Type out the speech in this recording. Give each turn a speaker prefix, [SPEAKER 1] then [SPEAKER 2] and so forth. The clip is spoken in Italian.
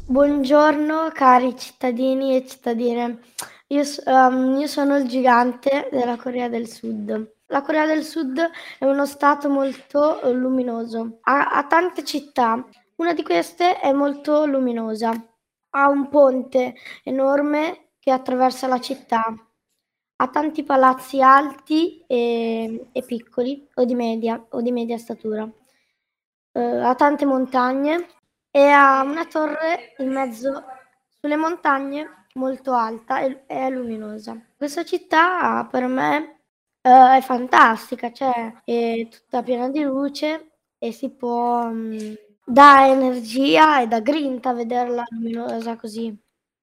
[SPEAKER 1] Buongiorno cari cittadini e cittadine. Io sono il gigante della Corea del Sud. La Corea del Sud è uno stato molto, luminoso. Ha tante città. Una di queste è molto luminosa. Ha un ponte enorme che attraversa la città. Ha tanti palazzi alti, e piccoli o di media statura. Ha tante montagne e ha una torre in mezzo sulle montagne molto alta e luminosa. Questa città per me, è fantastica, cioè è tutta piena di luce e dà energia e dà grinta vederla luminosa così.